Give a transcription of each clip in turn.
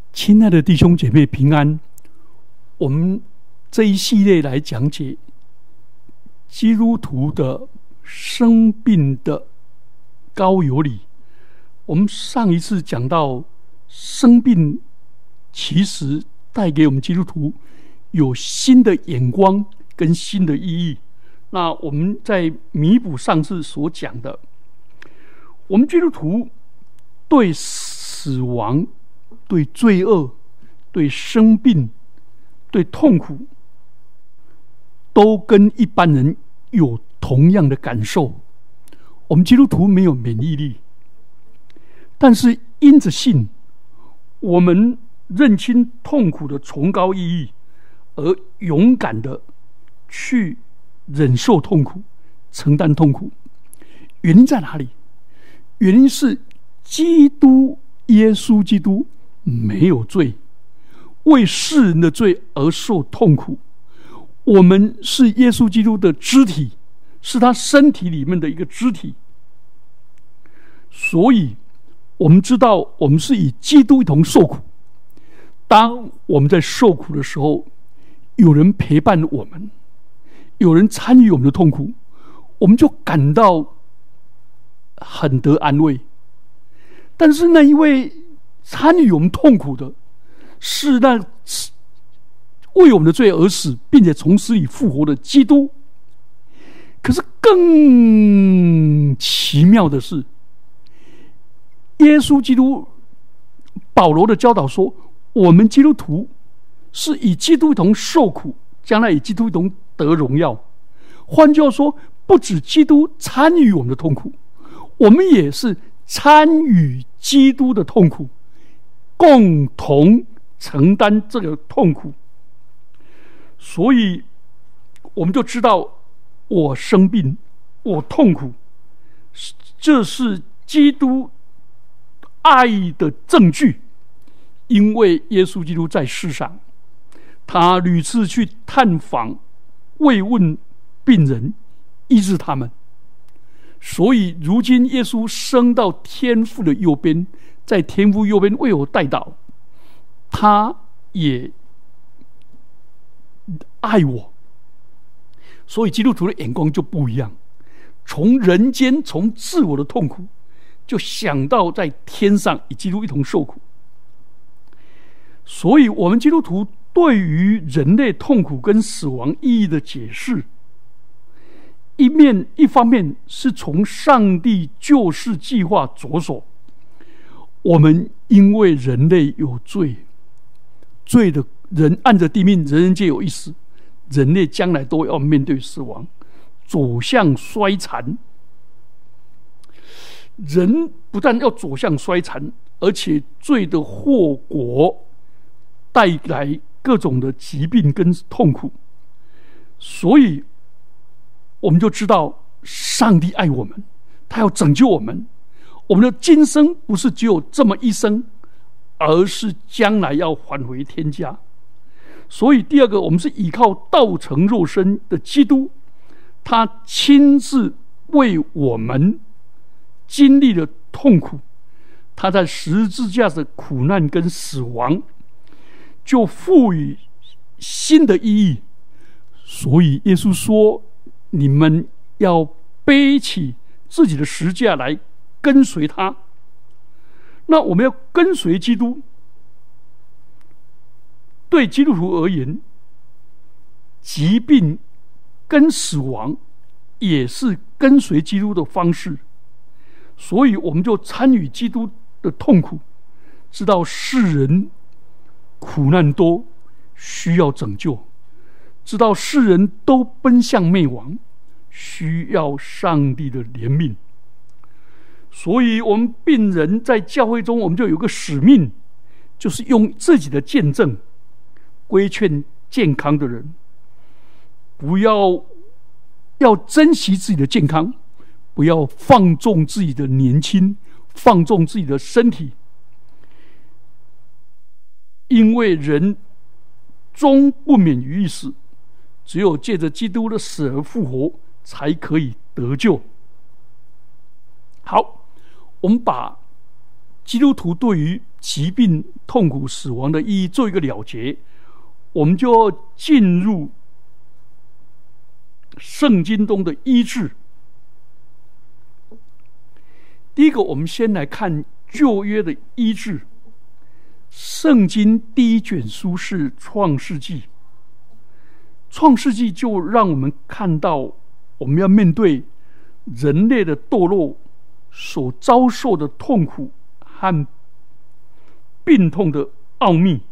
亲爱的弟兄姐妹平安，我们这一系列来讲解基督徒的生病的高有理。我们上一次讲到生病其实带给我们基督徒有新的眼光跟新的意义。那我们在弥补上次所讲的，我们基督徒对死亡、对罪恶、对生病、对痛苦，都跟一般人有同样的感受。我们基督徒没有免疫力，但是因着信，我们认清痛苦的崇高意义，而勇敢的去忍受痛苦，承担痛苦。原因在哪里？原因是耶稣基督没有罪，为世人的罪而受痛苦。我们是耶稣基督的肢体，是他身体里面的一个肢体，所以我们知道我们是与基督一同受苦。当我们在受苦的时候，有人陪伴我们，有人参与我们的痛苦，我们就感到很得安慰。但是那一位参与我们痛苦的，是那为我们的罪而死并且从死里复活的基督。可是更奇妙的是，耶稣基督，保罗的教导说，我们基督徒是以基督一同受苦，将来以基督一同得荣耀。换句话说，不止基督参与我们的痛苦，我们也是参与基督的痛苦，共同承担这个痛苦。所以我们就知道，我生病，我痛苦，这是基督爱的证据。因为耶稣基督在世上，他屡次去探访、慰问病人，医治他们。所以如今耶稣升到天父的右边，在天父右边为我代祷，他也爱我。所以基督徒的眼光就不一样，从人间、从自我的痛苦，就想到在天上与基督一同受苦。所以我们基督徒对于人类痛苦跟死亡意义的解释，一方面是从上帝救世计划着手。我们因为人类有罪，罪的人按着地命，人人皆有一死，人类将来都要面对死亡，走向衰残。人不但要走向衰残，而且罪的祸果带来各种的疾病跟痛苦。所以我们就知道上帝爱我们，他要拯救我们。我们的今生不是只有这么一生，而是将来要返回天家。所以第二个，我们是依靠道成肉身的基督，他亲自为我们经历了痛苦，他在十字架的苦难跟死亡就赋予新的意义。所以耶稣说，你们要背起自己的十字架来跟随他。那我们要跟随基督，对基督徒而言，疾病跟死亡也是跟随基督的方式。所以我们就参与基督的痛苦，知道世人苦难多，需要拯救，知道世人都奔向灭亡，需要上帝的怜悯。所以我们病人在教会中，我们就有个使命，就是用自己的见证规劝健康的人，不要珍惜自己的健康，不要放纵自己的年轻，放纵自己的身体。因为人终不免于一死，只有借着基督的死而复活，才可以得救。好，我们把基督徒对于疾病、痛苦、死亡的意义做一个了结，我们就要进入圣经中的医治。第一个，我们先来看旧约的医治。圣经第一卷书是创世纪，创世纪就让我们看到我们要面对人类的堕落所遭受的痛苦和病痛的奥秘。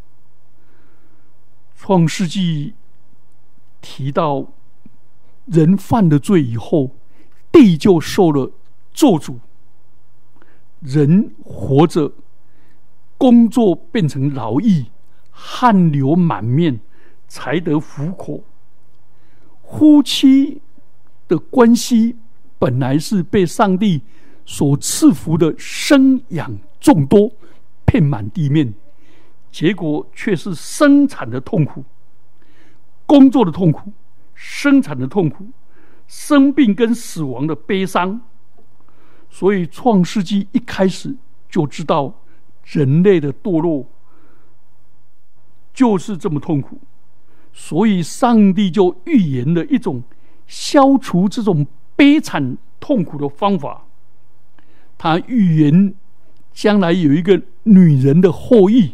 创世纪提到人犯了罪以后，地就受了咒诅，人活着工作变成劳役，汗流满面才得糊口。夫妻的关系本来是被上帝所赐福的生养众多，遍满地面，结果却是生产的痛苦，工作的痛苦，生产的痛苦，生病跟死亡的悲伤。所以创世纪一开始就知道人类的堕落就是这么痛苦，所以上帝就预言了一种消除这种悲惨痛苦的方法。他预言将来有一个女人的后裔，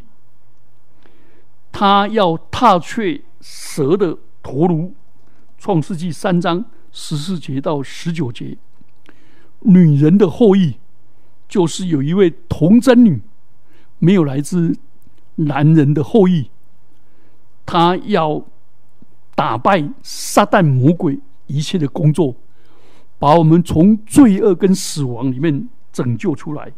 她要踏却蛇的头颅。创世纪3章14节到19节，女人的后裔就是有一位童贞女，没有来自男人的后裔，她要打败撒旦魔鬼一切的工作，把我们从罪恶跟死亡里面拯救出来。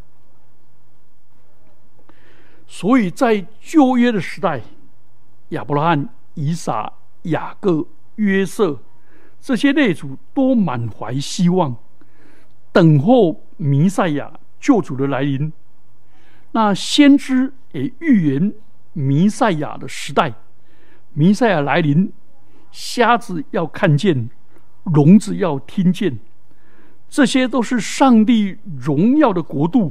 所以在旧约的时代，亚伯拉罕、以撒、雅各、约瑟这些列祖都满怀希望，等候弥赛亚救主的来临。那先知也预言弥赛亚的时代，弥赛亚来临，瞎子要看见，聋子要听见，这些都是上帝荣耀的国度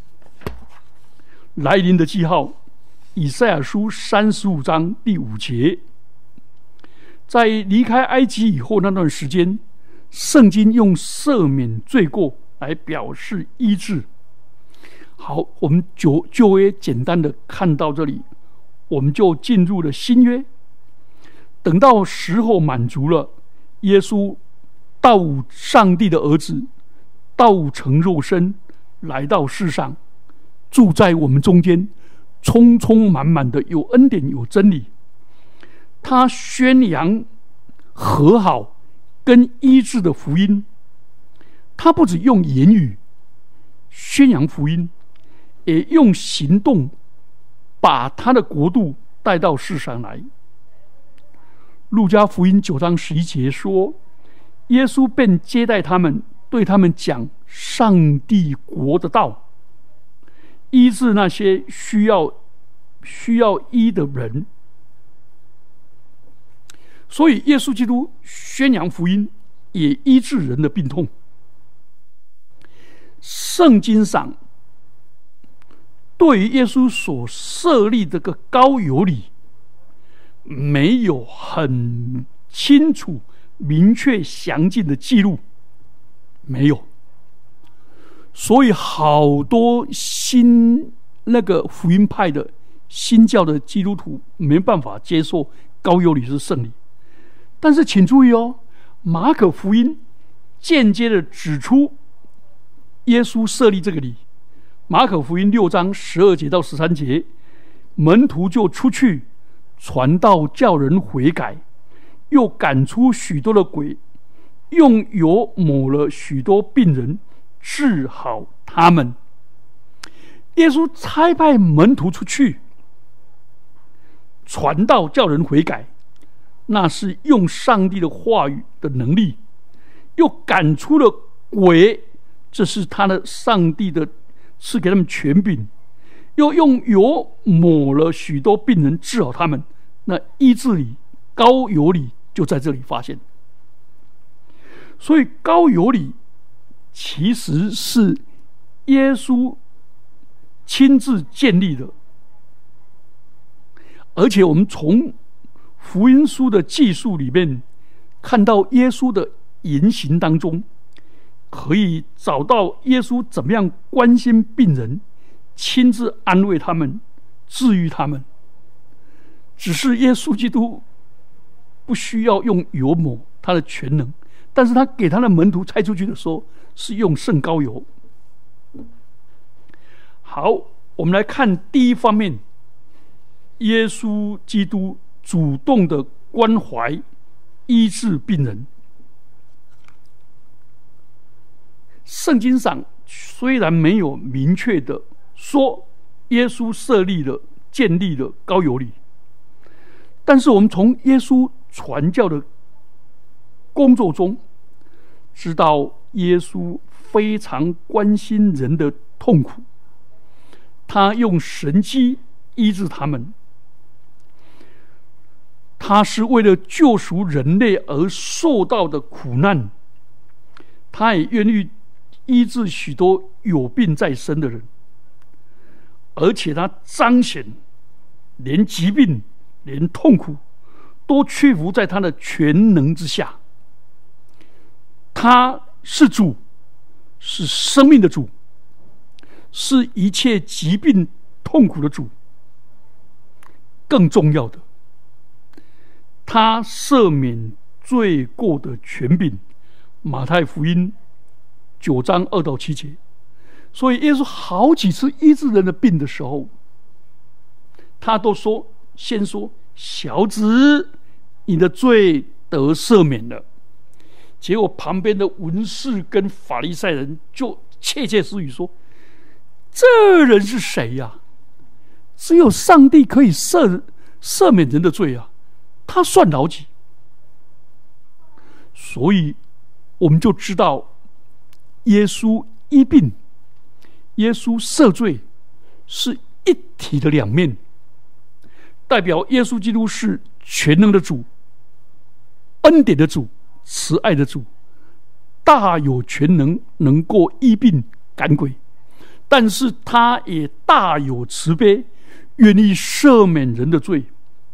来临的记号。以赛亚书35章第5节，在离开埃及以后那段时间，圣经用赦免罪过来表示医治。好，我们旧约简单的看到这里，我们就进入了新约。等到时候满足了，耶稣道上帝的儿子，道成肉身来到世上，住在我们中间，充充满满的有恩典有真理。他宣扬和好跟医治的福音，他不只用言语宣扬福音，也用行动把他的国度带到世上来。路加福音9章11节说，耶稣便接待他们，对他们讲上帝国的道，医治那些需要医的人。所以耶稣基督宣扬福音，也医治人的病痛。圣经上对于耶稣所设立这个高有礼没有很清楚明确详尽的记录，没有。所以好多那个福音派的新教的基督徒没办法接受高有礼是圣礼。但是请注意哦，马可福音间接的指出耶稣设立这个礼。马可福音6章12节到13节，门徒就出去传道，叫人悔改，又赶出许多的鬼，用油抹了许多病人，治好他们。耶稣差派门徒出去传道，叫人悔改，那是用上帝的话语的能力，又赶出了鬼，这是他的上帝的赐给他们权柄，又用油抹了许多病人，治好他们。那医治礼高有礼就在这里发现。所以高有礼其实是耶稣亲自建立的。而且我们从福音书的记述里面看到耶稣的言行当中，可以找到耶稣怎么样关心病人，亲自安慰他们，治愈他们。只是耶稣基督不需要用油抹他的全能，但是他给他的门徒差出去的时候是用圣膏油。好，我们来看第一方面，耶稣基督主动的关怀医治病人。圣经上虽然没有明确的说耶稣建立了膏油礼，但是我们从耶稣传教的工作中知道耶稣非常关心人的痛苦，他用神迹医治他们，他是为了救赎人类而受到的苦难，他也愿意医治许多有病在身的人，而且他彰显连疾病连痛苦都屈服在他的全能之下。他是主，是生命的主，是一切疾病痛苦的主。更重要的，他赦免罪过的权柄，马太福音9章2到7节。所以耶稣好几次医治人的病的时候，他都先说小子，你的罪得赦免了。结果旁边的文士跟法利赛人就窃窃私语说，这人是谁呀？只有上帝可以赦免人的罪啊，他算老几？所以我们就知道耶稣医病，耶稣赦罪是一体的两面，代表耶稣基督是全能的主，恩典的主，慈爱的主，大有全能，能够医病赶鬼，但是他也大有慈悲，愿意赦免人的罪。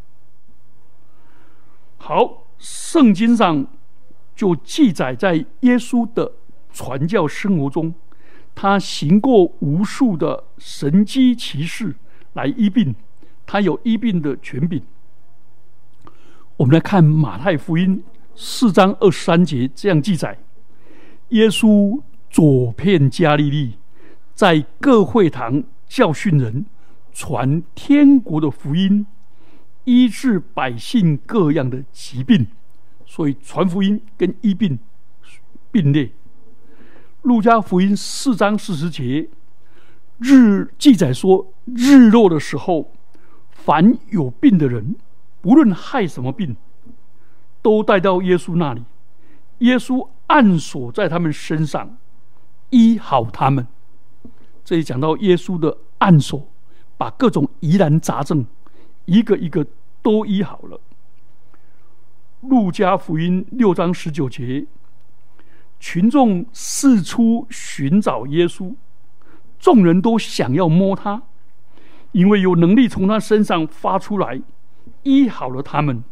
好，圣经上就记载在耶稣的传教生活中，他行过无数的神迹奇事来医病，他有医病的权柄。我们来看马太福音4章23节，这样记载：耶稣走遍加利利，在各会堂教训人，传天国的福音，医治百姓各样的疾病。所以传福音跟医病并列。路加福音4章40节记载说，日落的时候，凡有病的人，无论害什么病，都带到耶稣那里，耶稣按手在他们身上，医好他们。这里讲到耶稣的按手，把各种疑难杂症一个一个都医好了。路加福音6章19节，群众四处寻找耶稣，众人都想要摸他，因为有能力从他身上发出来，医好了他们。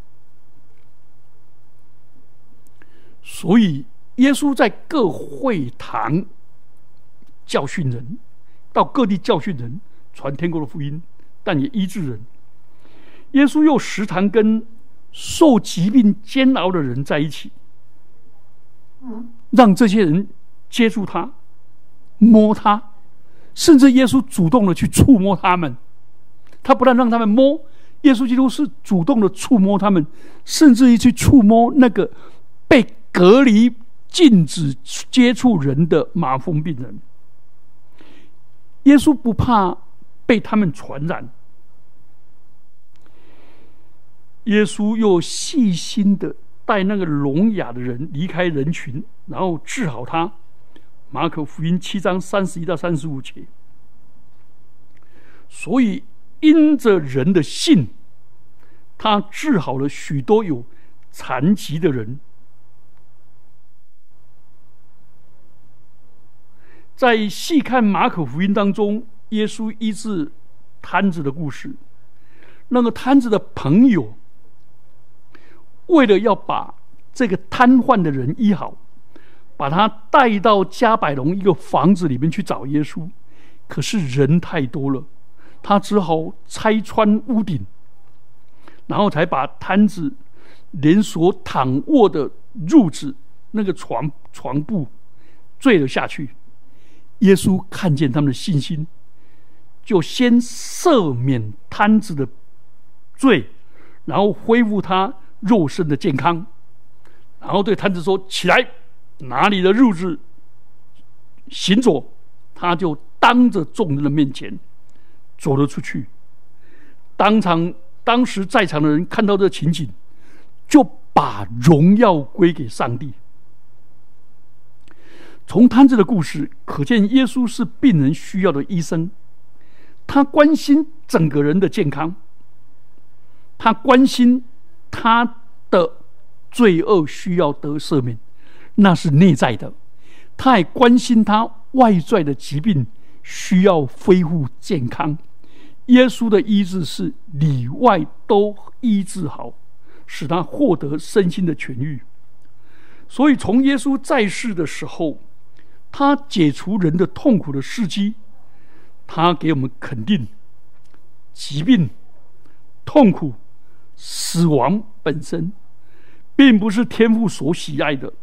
所以耶稣在各会堂教训人，到各地教训人，传天国的福音，但也医治人。耶稣又时常跟受疾病煎熬的人在一起，让这些人接触他，摸他，甚至耶稣主动的去触摸他们。他不但让他们摸，耶稣基督是主动的触摸他们，甚至于去触摸那个被隔离禁止接触人的麻风病人。耶稣不怕被他们传染，耶稣又细心的带那个聋哑的人离开人群，然后治好他。马可福音7章31到35节。所以因着人的信，他治好了许多有残疾的人。在细看马可福音当中， 耶稣医治瘫子的故事。那个瘫子的朋友为了要把这个瘫痪的人医好，把他带到加百隆一个房子里面去找耶稣，可是人太多了，他只好拆穿屋顶，然后才把瘫子连所躺卧的褥子那个床布坠了下去。耶稣看见他们的信心，就先赦免瘫子的罪，然后恢复他肉身的健康，然后对瘫子说：起来，拿你的褥子行走。他就当着众人的面前走了出去。当时在场的人看到这情景，就把荣耀归给上帝。从瘫子的故事可见，耶稣是病人需要的医生，他关心整个人的健康，他关心他的罪恶需要得赦免，那是内在的；他也关心他外在的疾病需要恢复健康。耶稣的医治是里外都医治好，使他获得身心的痊愈。所以从耶稣在世的时候，他解除人的痛苦的事迹，他给我们肯定疾病、痛苦、死亡本身并不是天父所喜爱的。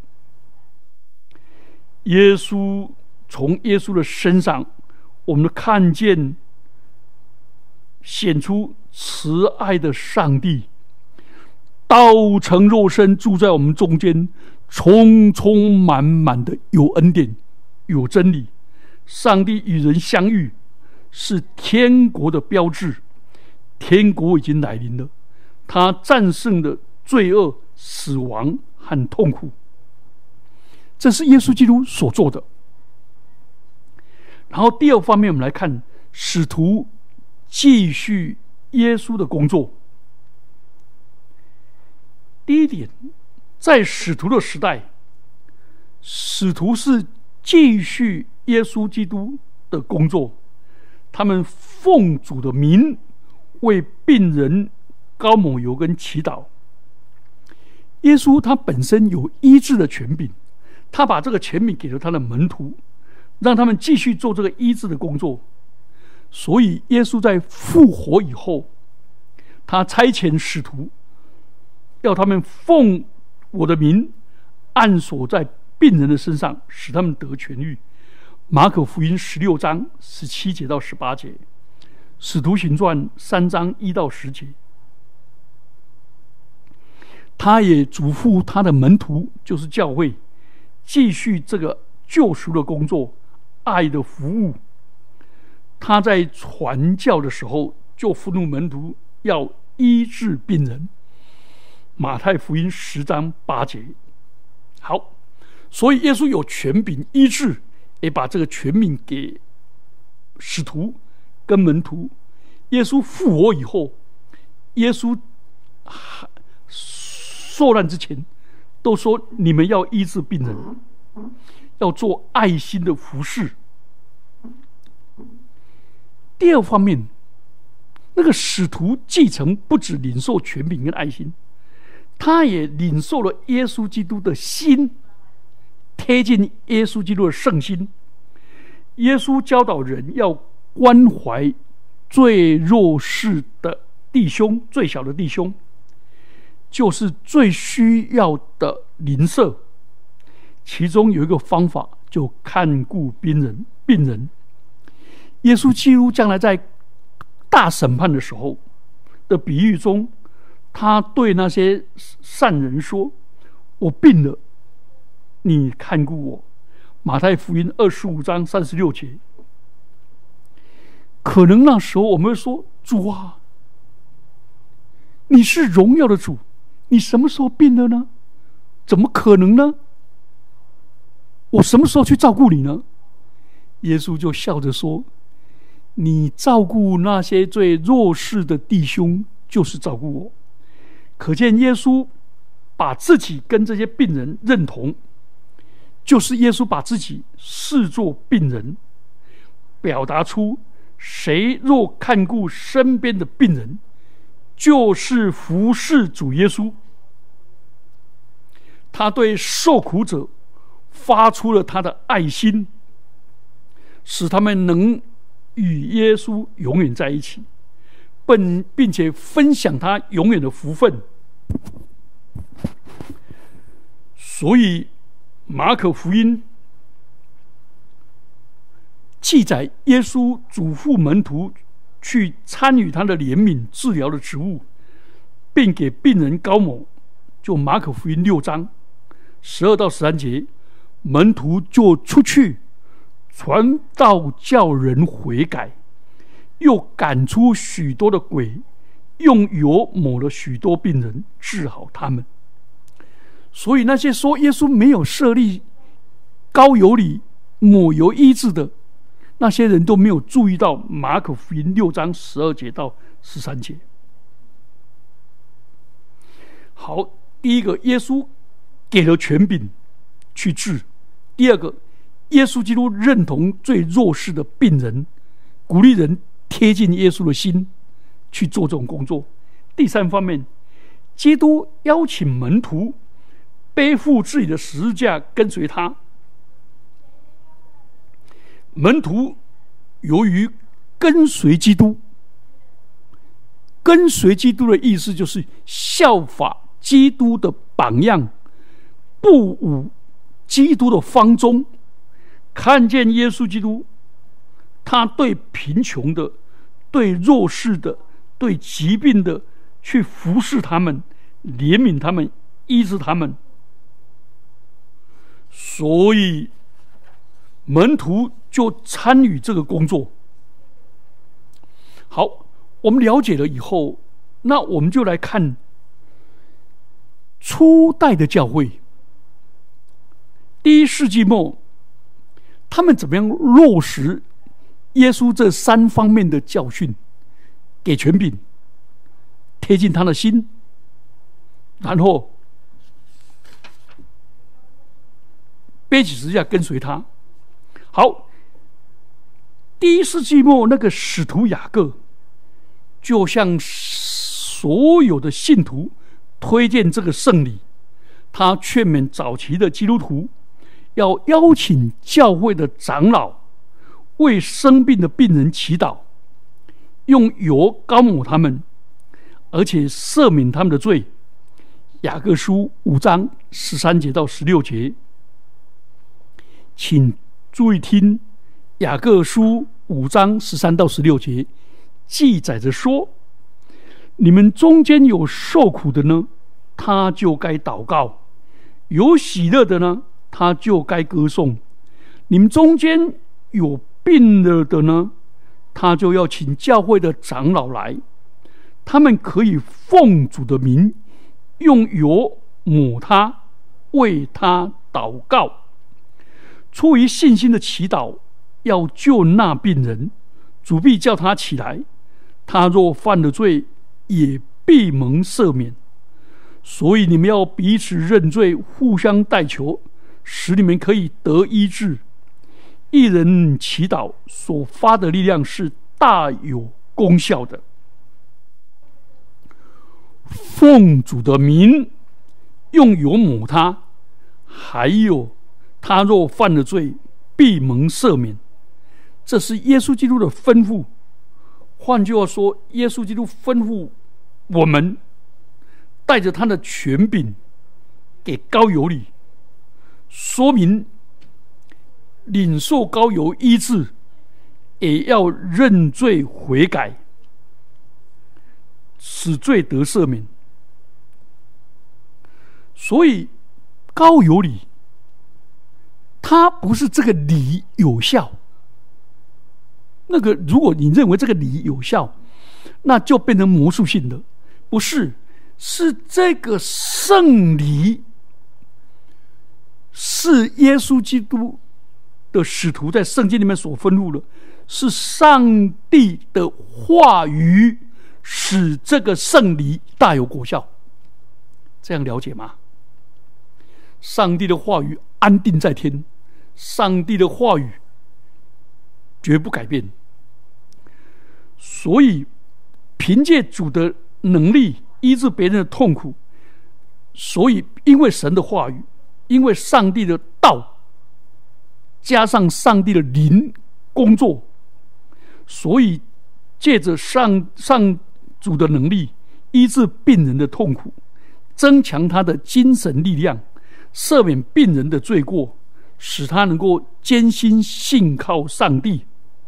从耶稣的身上，我们看见显出慈爱的上帝道成肉身，住在我们中间，充充满满的有恩典有真理。上帝与人相遇是天国的标志，天国已经来临了，他战胜了罪恶、死亡和痛苦，这是耶稣基督所做的。然后第二方面，我们来看使徒继续耶稣的工作。第一点，在使徒的时代，使徒是继续耶稣基督的工作，他们奉主的名为病人膏抹油跟祈祷。耶稣他本身有医治的权柄，他把这个权柄给了他的门徒，让他们继续做这个医治的工作。所以耶稣在复活以后，他差遣使徒，要他们奉我的名按手在病人的身上，使他们得痊愈。马可福音16章17节到18节，使徒行传3章1到10节。他也嘱咐他的门徒，就是教会，继续这个救赎的工作，爱的服务。他在传教的时候就吩咐门徒要医治病人，马太福音10章8节。好，所以耶稣有权柄医治，也把这个权柄给使徒跟门徒。耶稣复活以后，耶稣受难之前都说，你们要医治病人，要做爱心的服事。第二方面，那个使徒继承不只领受权柄跟爱心，他也领受了耶稣基督的心，贴近耶稣基督的圣心。耶稣教导人要关怀最弱势的弟兄，最小的弟兄，就是最需要的邻舍。其中有一个方法，就看顾病人。耶稣基督将来在大审判的时候的比喻中，他对那些善人说：我病了，你看顾我。马太福音25章36节。可能那时候我们会说：主啊，你是荣耀的主，你什么时候病了呢？怎么可能呢？我什么时候去照顾你呢？耶稣就笑着说：你照顾那些最弱势的弟兄，就是照顾我。可见耶稣把自己跟这些病人认同，就是耶稣把自己视作病人，表达出谁若看顾身边的病人，就是服侍主耶稣。他对受苦者发出了他的爱心，使他们能与耶稣永远在一起，并且分享他永远的福分。所以马可福音记载耶稣嘱咐门徒去参与他的怜悯治疗的职务，并给病人膏抹。就马可福音6章12到13节，门徒就出去传道，叫人悔改，又赶出许多的鬼，用油抹了许多病人，治好他们。所以那些说耶稣没有设立膏油里抹油医治的那些人，都没有注意到马可福音6章12节到13节。好，第一个，耶稣给了权柄去治；第二个，耶稣基督认同最弱势的病人，鼓励人贴近耶稣的心去做这种工作；第三方面，基督邀请门徒背负自己的十字架跟随他。门徒由于跟随基督，跟随基督的意思就是效法基督的榜样，不误基督的方宗，看见耶稣基督他对贫穷的、对弱势的、对疾病的去服侍他们，怜悯他们，医治他们。所以门徒就参与这个工作。好，我们了解了以后，那我们就来看初代的教会，第1世纪末，他们怎么样落实耶稣这3方面的教训，给权柄，贴近他的心，然后背起十字架跟随他。好，第1世纪末那个使徒雅各就向所有的信徒推荐这个圣礼，他劝勉早期的基督徒要邀请教会的长老为生病的病人祈祷，用油膏抹他们，而且赦免他们的罪。雅各书5章13节到16节，请注意听，雅各书5章13到16节记载着说：你们中间有受苦的呢，他就该祷告；有喜乐的呢，他就该歌颂。你们中间有病了的呢，他就要请教会的长老来，他们可以奉主的名用油抹他，为他祷告。出于信心的祈祷要救那病人，主必叫他起来，他若犯了罪，也必蒙赦免。所以你们要彼此认罪，互相代求，使你们可以得医治。一人祈祷所发的力量是大有功效的。奉主的名用油抹他，还有他若犯了罪，必蒙赦免。这是耶稣基督的吩咐。换句话说，耶稣基督吩咐我们带着他的权柄给膏油里，说明领受膏油医治，也要认罪悔改，使罪得赦免。所以膏油里，它不是这个礼有效。那个如果你认为这个礼有效，那就变成魔术性的，不是，是这个圣礼是耶稣基督的使徒在圣经里面所吩咐的，是上帝的话语使这个圣礼大有果效。这样了解吗？上帝的话语安定在天，上帝的话语绝不改变。 所以凭借主的能力医治别人的痛苦，所以因为神的话语，因为上帝的道，加上上帝的灵工作，所以借着上主的能力医治病人的痛苦，增强他的精神力量，赦免病人的罪过，使他能够坚心信靠上帝。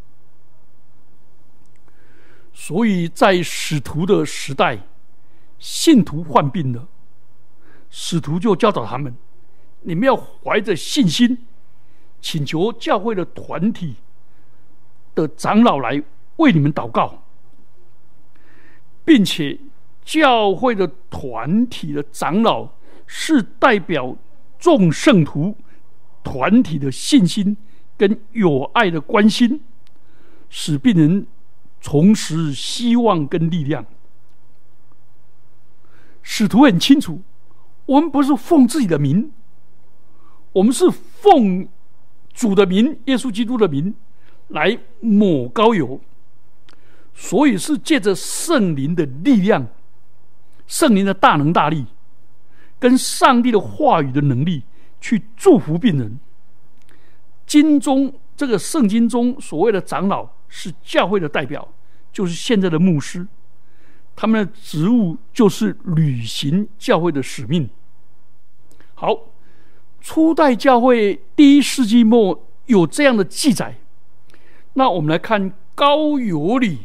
所以在使徒的时代，信徒患病了，使徒就教导他们，你们要怀着信心，请求教会的团体的长老来为你们祷告，并且教会的团体的长老是代表众圣徒团体的信心跟有爱的关心，使病人重拾希望跟力量。使徒很清楚，我们不是奉自己的名，我们是奉主的名，耶稣基督的名来抹膏油，所以是借着圣灵的力量，圣灵的大能大力跟上帝的话语的能力去祝福病人。经中这个圣经中所谓的长老是教会的代表，就是现在的牧师，他们的职务就是履行教会的使命。好，初代教会第一世纪末有这样的记载，那我们来看膏油里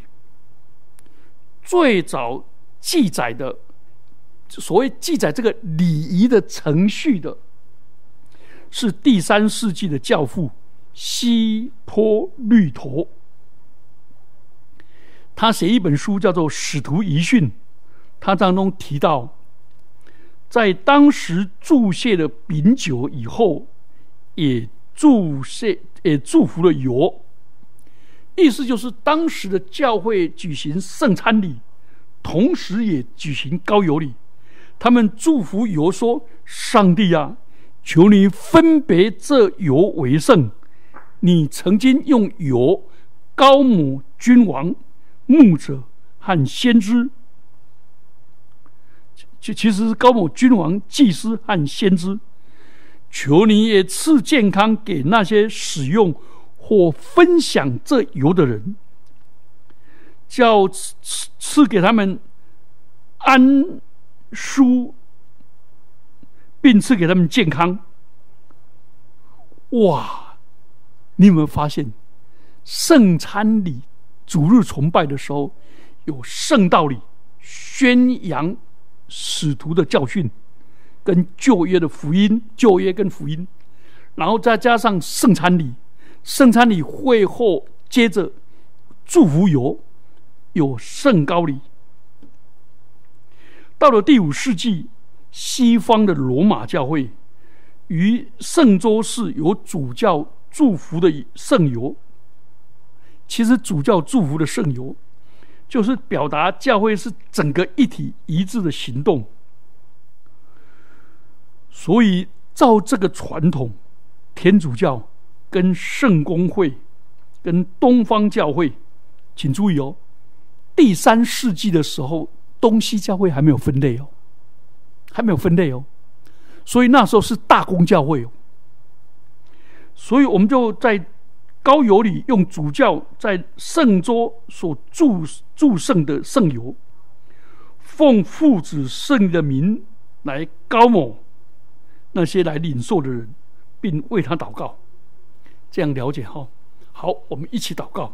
最早记载的，所谓记载这个礼仪的程序的，是第3世纪的教父希波律陀，他写一本书叫做《使徒遗训》，他当中提到，在当时注谢了饼酒以后，也祝福了油，意思就是当时的教会举行圣餐礼，同时也举行膏油礼。他们祝福油说：上帝啊，求你分别这油为圣，你曾经用油膏抹君王、牧者和先知，其实是膏抹君王、祭司和先知。求你也赐健康给那些使用或分享这油的人，叫赐给他们安舒，并赐给他们健康。哇！你有没有发现，圣餐礼主日崇拜的时候，有圣道理宣扬使徒的教训跟旧约的福音，旧约跟福音，然后再加上圣餐礼，圣餐礼会后接着祝福油，有圣膏礼。到了第5世纪，西方的罗马教会于圣周寺有主教祝福的圣油。其实主教祝福的圣油就是表达教会是整个一体一致的行动。所以照这个传统，天主教跟圣公会跟东方教会，请注意哦，第3世纪的时候，东西教会还没有分类哦，还没有分类哦，所以那时候是大公教会哦。所以我们就在膏油里用主教在圣桌所祝圣的圣油，奉父子圣的名来膏抹那些来领受的人，并为他祷告。这样了解哈？好，我们一起祷告。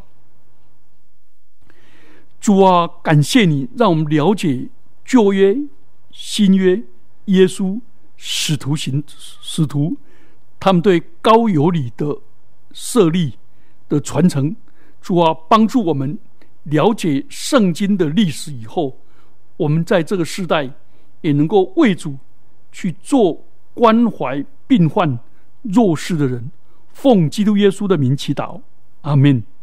主啊，感谢你让我们了解旧约、新约、耶稣、使徒他们对膏油礼的设立的传承。主啊，帮助我们了解圣经的历史以后，我们在这个世代也能够为主去做关怀病患弱势的人。奉基督耶稣的名祈祷，阿们。